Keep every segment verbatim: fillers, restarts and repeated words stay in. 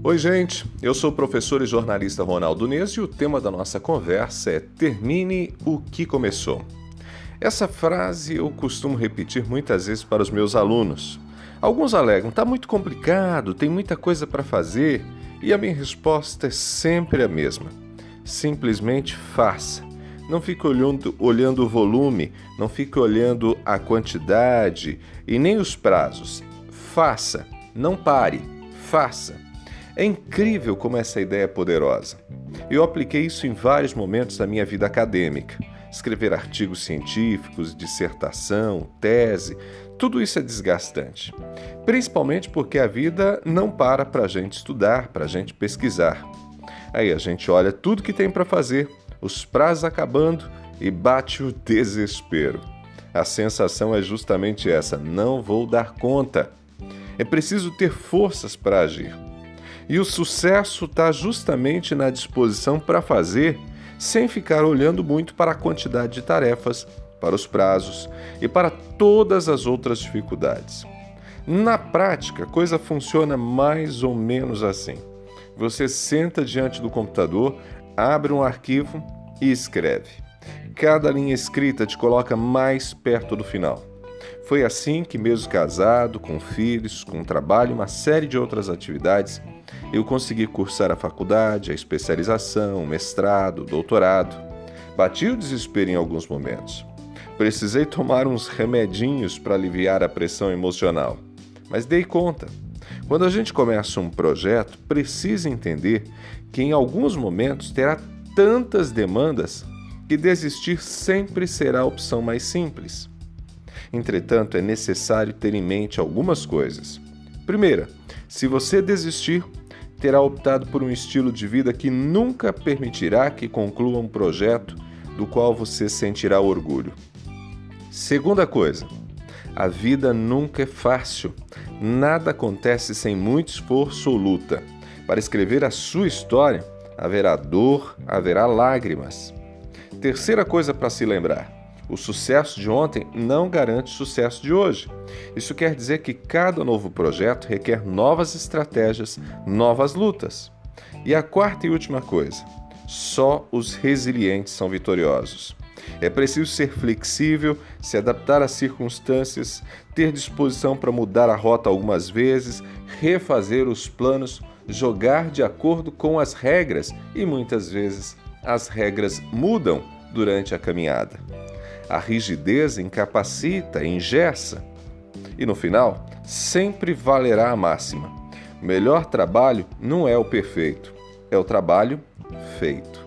Oi, gente, eu sou o professor e jornalista Ronaldo Neso e o tema da nossa conversa é Termine o que começou. Essa frase eu costumo repetir muitas vezes para os meus alunos. Alguns alegam, está muito complicado, tem muita coisa para fazer, e a minha resposta é sempre a mesma. Simplesmente faça. Não fique olhando, olhando o volume, não fique olhando a quantidade e nem os prazos. Faça, não pare, faça. É incrível como essa ideia é poderosa. Eu apliquei isso em vários momentos da minha vida acadêmica. Escrever artigos científicos, dissertação, tese, tudo isso é desgastante. Principalmente porque a vida não para para a gente estudar, para a gente pesquisar. Aí a gente olha tudo que tem para fazer, os prazos acabando e bate o desespero. A sensação é justamente essa, não vou dar conta. É preciso ter forças para agir. E o sucesso está justamente na disposição para fazer, sem ficar olhando muito para a quantidade de tarefas, para os prazos e para todas as outras dificuldades. Na prática, a coisa funciona mais ou menos assim. Você senta diante do computador, abre um arquivo e escreve. Cada linha escrita te coloca mais perto do final. Foi assim que, mesmo casado, com filhos, com trabalho e uma série de outras atividades, eu consegui cursar a faculdade, a especialização, o mestrado, o doutorado. Bati o desespero em alguns momentos. Precisei tomar uns remedinhos para aliviar a pressão emocional, mas dei conta. Quando a gente começa um projeto, precisa entender que em alguns momentos terá tantas demandas que desistir sempre será a opção mais simples. Entretanto, é necessário ter em mente algumas coisas. Primeira, se você desistir, terá optado por um estilo de vida que nunca permitirá que conclua um projeto do qual você sentirá orgulho. Segunda coisa, a vida nunca é fácil. Nada acontece sem muito esforço ou luta. Para escrever a sua história, haverá dor, haverá lágrimas. Terceira coisa para se lembrar. O sucesso de ontem não garante o sucesso de hoje. Isso quer dizer que cada novo projeto requer novas estratégias, novas lutas. E a quarta e última coisa, só os resilientes são vitoriosos. É preciso ser flexível, se adaptar às circunstâncias, ter disposição para mudar a rota algumas vezes, refazer os planos, jogar de acordo com as regras e muitas vezes as regras mudam durante a caminhada. A rigidez incapacita, engessa. E no final, sempre valerá a máxima. O melhor trabalho não é o perfeito, é o trabalho feito.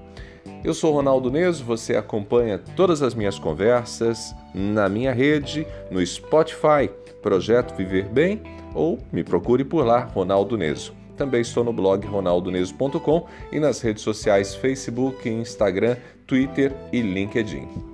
Eu sou Ronaldo Neso, você acompanha todas as minhas conversas na minha rede, no Spotify, Projeto Viver Bem, ou me procure por lá, Ronaldo Neso. Também estou no blog ronaldo neso ponto com e nas redes sociais Facebook, Instagram, Twitter e LinkedIn.